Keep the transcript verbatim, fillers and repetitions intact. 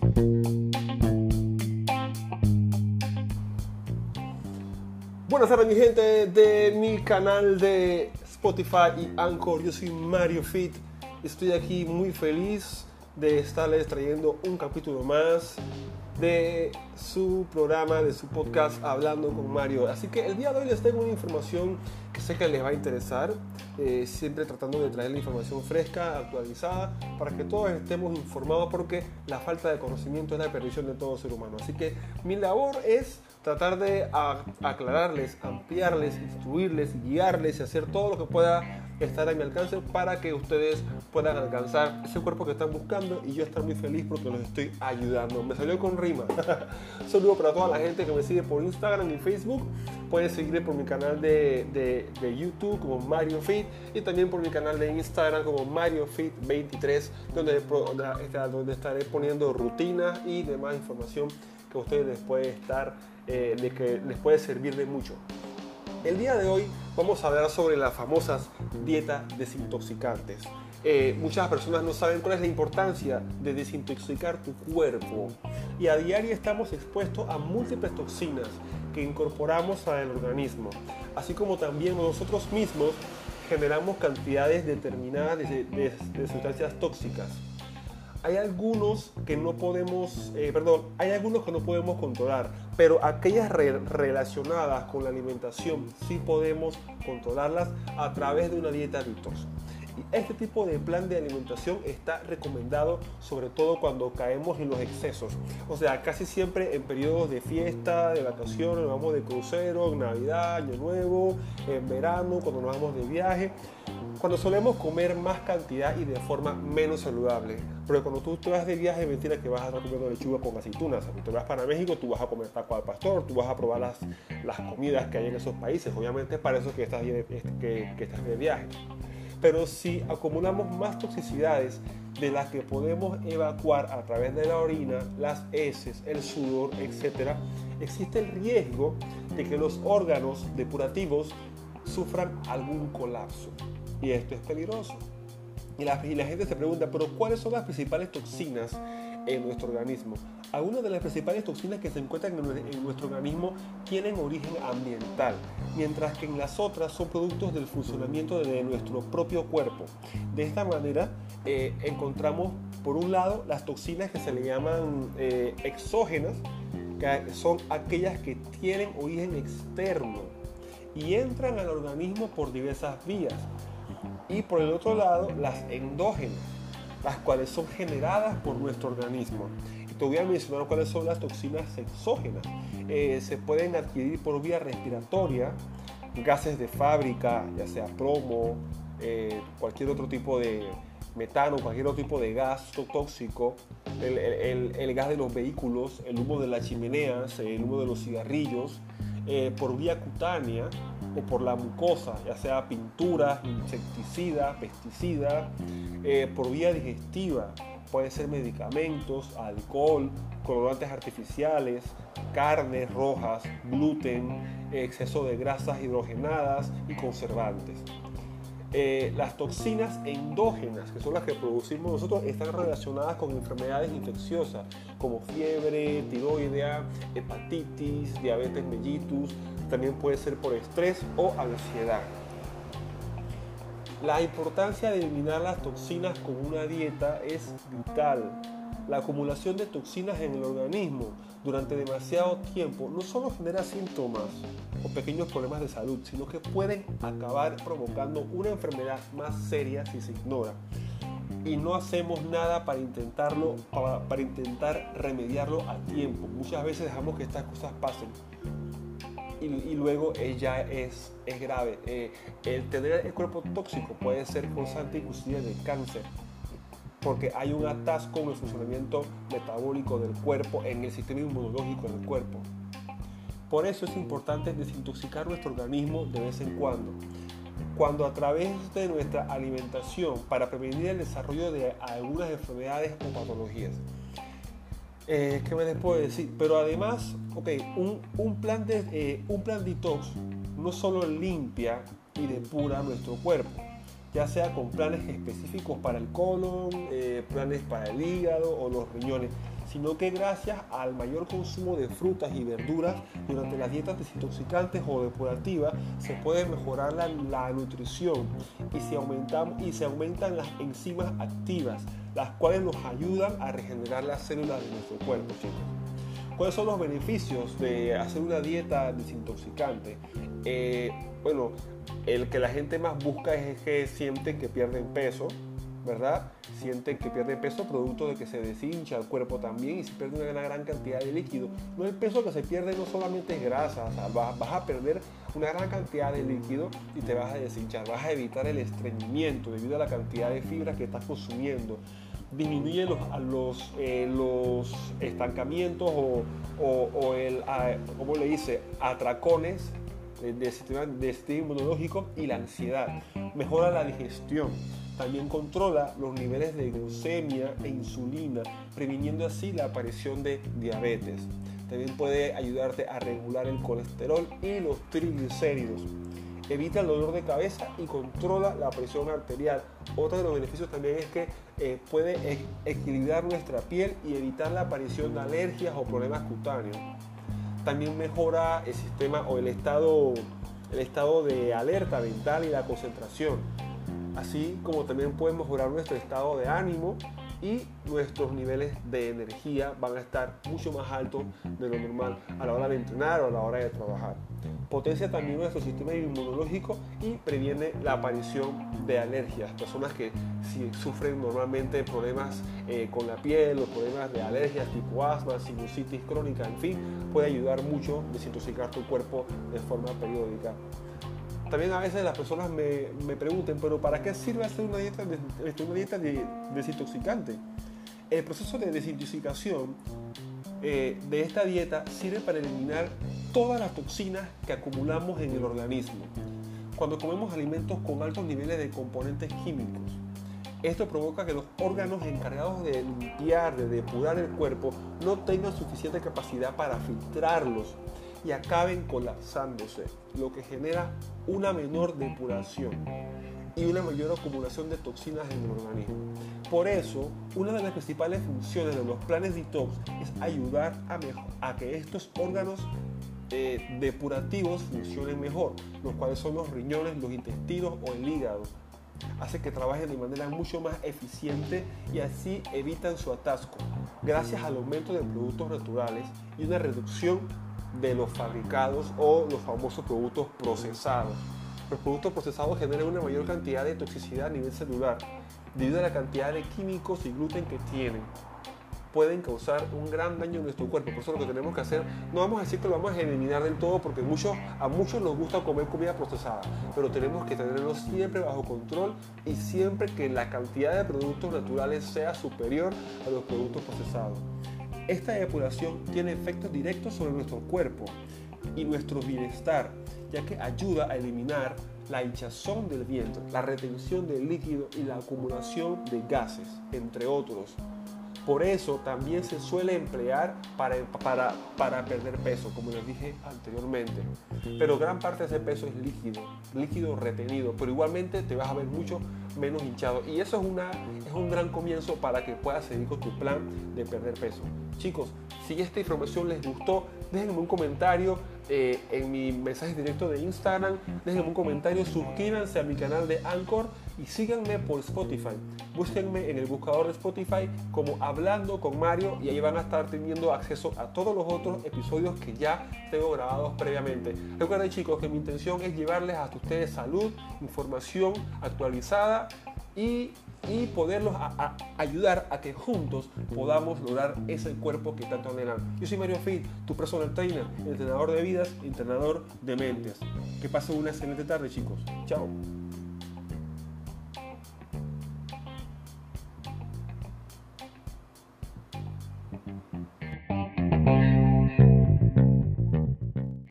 Buenas tardes, mi gente de mi canal de Spotify y Anchor. Yo soy Mario Fit. Estoy aquí muy feliz de estarles trayendo un capítulo más de su programa, de su podcast Hablando con Mario. Así que el día de hoy les tengo una información que sé que les va a interesar, eh, siempre tratando de traer la información fresca, actualizada, para que todos estemos informados, porque la falta de conocimiento es la perdición de todo ser humano. Así que mi labor es tratar de a- aclararles, ampliarles, instruirles, guiarles y hacer todo lo que pueda estar a mi alcance para que ustedes puedan alcanzar ese cuerpo que están buscando y yo estar muy feliz porque los estoy ayudando. Me salió con rima. Saludo para toda la gente que me sigue por Instagram y Facebook. Pueden seguirme por mi canal de, de, de YouTube como Mario Fit y también por mi canal de Instagram como Mario Fit veintitrés, donde, donde estaré poniendo rutinas y demás información que a ustedes les puede estar, eh, de que les puede servir de mucho. El día de hoy vamos a hablar sobre las famosas dietas desintoxicantes. Eh, muchas personas no saben cuál es la importancia de desintoxicar tu cuerpo y a diario estamos expuestos a múltiples toxinas que incorporamos al organismo, así como también nosotros mismos generamos cantidades determinadas de, de, de sustancias tóxicas. Hay algunos que no podemos, eh, perdón, hay algunos que no podemos controlar, pero aquellas re relacionadas con la alimentación sí podemos controlarlas a través de una dieta detox. Y este tipo de plan de alimentación está recomendado sobre todo cuando caemos en los excesos. O sea, casi siempre en periodos de fiesta, de vacaciones, nos vamos de crucero, en Navidad, Año Nuevo, en verano, cuando nos vamos de viaje. Cuando solemos comer más cantidad y de forma menos saludable. Porque cuando tú te vas de viaje, mentira que vas a estar comiendo lechuga con aceitunas. Cuando te vas para México, tú vas a comer taco al pastor, tú vas a probar las, las comidas que hay en esos países. Obviamente para eso es que estás de, que, que estás de viaje. Pero si acumulamos más toxicidades de las que podemos evacuar a través de la orina, las heces, el sudor, etcétera, existe el riesgo de que los órganos depurativos sufran algún colapso. Y esto es peligroso. Y la, y la gente se pregunta, ¿pero cuáles son las principales toxinas en nuestro organismo? Algunas de las principales toxinas que se encuentran en, en nuestro organismo tienen origen ambiental, mientras que en las otras son productos del funcionamiento de, de nuestro propio cuerpo. De esta manera eh, encontramos, por un lado, las toxinas que se le llaman eh, exógenas, que son aquellas que tienen origen externo y entran al organismo por diversas vías. Y por el otro lado, las endógenas, las cuales son generadas por nuestro organismo. Y te voy a mencionar cuáles son las toxinas exógenas. Eh, se pueden adquirir por vía respiratoria, gases de fábrica, ya sea plomo, eh, cualquier otro tipo de metano, cualquier otro tipo de gas tóxico, el, el, el gas de los vehículos, el humo de las chimeneas, el humo de los cigarrillos, eh, por vía cutánea, o por la mucosa, ya sea pintura, insecticida, pesticida, eh, por vía digestiva, puede ser medicamentos, alcohol, colorantes artificiales, carnes rojas, gluten, exceso de grasas hidrogenadas y conservantes. Eh, las toxinas endógenas, que son las que producimos nosotros, están relacionadas con enfermedades infecciosas como fiebre, tiroidea, hepatitis, diabetes mellitus. También puede ser por estrés o ansiedad. La importancia de eliminar las toxinas con una dieta es vital. La acumulación de toxinas en el organismo durante demasiado tiempo no solo genera síntomas o pequeños problemas de salud, sino que pueden acabar provocando una enfermedad más seria si se ignora. Y no hacemos nada para intentarlo, para, para intentar remediarlo a tiempo. Muchas veces dejamos que estas cosas pasen. Y, y luego eh, ya es, es grave. Eh, el tener el cuerpo tóxico puede ser causante inclusive de cáncer, porque hay un atasco en el funcionamiento metabólico del cuerpo, en el sistema inmunológico del cuerpo. Por eso es importante desintoxicar nuestro organismo de vez en cuando. Cuando a través de nuestra alimentación, para prevenir el desarrollo de algunas enfermedades o patologías. Eh, ¿Qué me les puedo decir? Pero además, okay, un, un, plan de, eh, un plan detox no solo limpia y depura nuestro cuerpo, ya sea con planes específicos para el colon, eh, planes para el hígado o los riñones, sino que gracias al mayor consumo de frutas y verduras durante las dietas desintoxicantes o depurativas se puede mejorar la, la nutrición y se, aumentan, y se aumentan las enzimas activas, las cuales nos ayudan a regenerar las células de nuestro cuerpo, chicos. ¿Cuáles son los beneficios de hacer una dieta desintoxicante? Eh, bueno, el que la gente más busca es que sienten que pierden peso, ¿verdad? Sienten que pierden peso producto de que se deshincha el cuerpo también y se pierde una gran cantidad de líquido. No, el peso que se pierde no solamente es grasa, o sea, vas, vas a perder una gran cantidad de líquido y te vas a deshinchar, vas a evitar el estreñimiento debido a la cantidad de fibra que estás consumiendo. Disminuye los, los, eh, los estancamientos o, o, o el, a, ¿cómo le dice? atracones del sistema, de sistema inmunológico y la ansiedad. Mejora la digestión. También controla los niveles de glucemia e insulina, previniendo así la aparición de diabetes. También puede ayudarte a regular el colesterol y los triglicéridos. Evita el dolor de cabeza y controla la presión arterial. Otro de los beneficios también es que eh, puede e- equilibrar nuestra piel y evitar la aparición de alergias o problemas cutáneos. También mejora el sistema o el estado, el estado de alerta mental y la concentración. Así como también puede mejorar nuestro estado de ánimo y nuestros niveles de energía van a estar mucho más altos de lo normal a la hora de entrenar o a la hora de trabajar. Potencia también nuestro sistema inmunológico y previene la aparición de alergias. Personas que si sufren normalmente problemas eh, con la piel o problemas de alergias tipo asma, sinusitis crónica, en fin, puede ayudar mucho a desintoxicar tu cuerpo de forma periódica. También a veces las personas me, me preguntan, pero ¿para qué sirve hacer una dieta, de, una dieta de, desintoxicante? El proceso de desintoxicación eh, de esta dieta sirve para eliminar todas las toxinas que acumulamos en el organismo cuando comemos alimentos con altos niveles de componentes químicos. Esto provoca que los órganos encargados de limpiar, de depurar el cuerpo, no tengan suficiente capacidad para filtrarlos y acaben colapsándose, lo que genera una menor depuración y una mayor acumulación de toxinas en el organismo. Por eso, una de las principales funciones de los planes detox es ayudar a, mejor, a que estos órganos eh, depurativos funcionen mejor, los cuales son los riñones, los intestinos o el hígado. Hace que trabajen de manera mucho más eficiente y así evitan su atasco, gracias al aumento de productos naturales y una reducción de los fabricados o los famosos productos procesados. Los productos procesados generan una mayor cantidad de toxicidad a nivel celular debido a la cantidad de químicos y gluten que tienen. Pueden causar un gran daño en nuestro cuerpo. Por eso lo que tenemos que hacer, no vamos a decir que lo vamos a eliminar del todo, porque muchos, a muchos nos gusta comer comida procesada, pero tenemos que tenerlo siempre bajo control y siempre que la cantidad de productos naturales sea superior a los productos procesados. Esta depuración tiene efectos directos sobre nuestro cuerpo y nuestro bienestar, ya que ayuda a eliminar la hinchazón del vientre, la retención de líquido y la acumulación de gases, entre otros. Por eso también se suele emplear para, para, para perder peso, como les dije anteriormente. Pero gran parte de ese peso es líquido, líquido retenido, pero igualmente te vas a ver mucho menos hinchado. Y eso es, una, es un gran comienzo para que puedas seguir con tu plan de perder peso. Chicos, si esta información les gustó, déjenme un comentario eh, en mi mensaje directo de Instagram, déjenme un comentario, suscríbanse a mi canal de Anchor y síganme por Spotify. Búsquenme en el buscador de Spotify como Hablando con Mario y ahí van a estar teniendo acceso a todos los otros episodios que ya tengo grabados previamente. Recuerden, chicos, que mi intención es llevarles hasta ustedes salud, información actualizada y, y poderlos a, a ayudar a que juntos podamos lograr ese cuerpo que tanto anhelan. Yo soy Mario Fit, tu personal trainer, entrenador de vidas, entrenador de mentes. Que pasen una excelente tarde, chicos. Chao.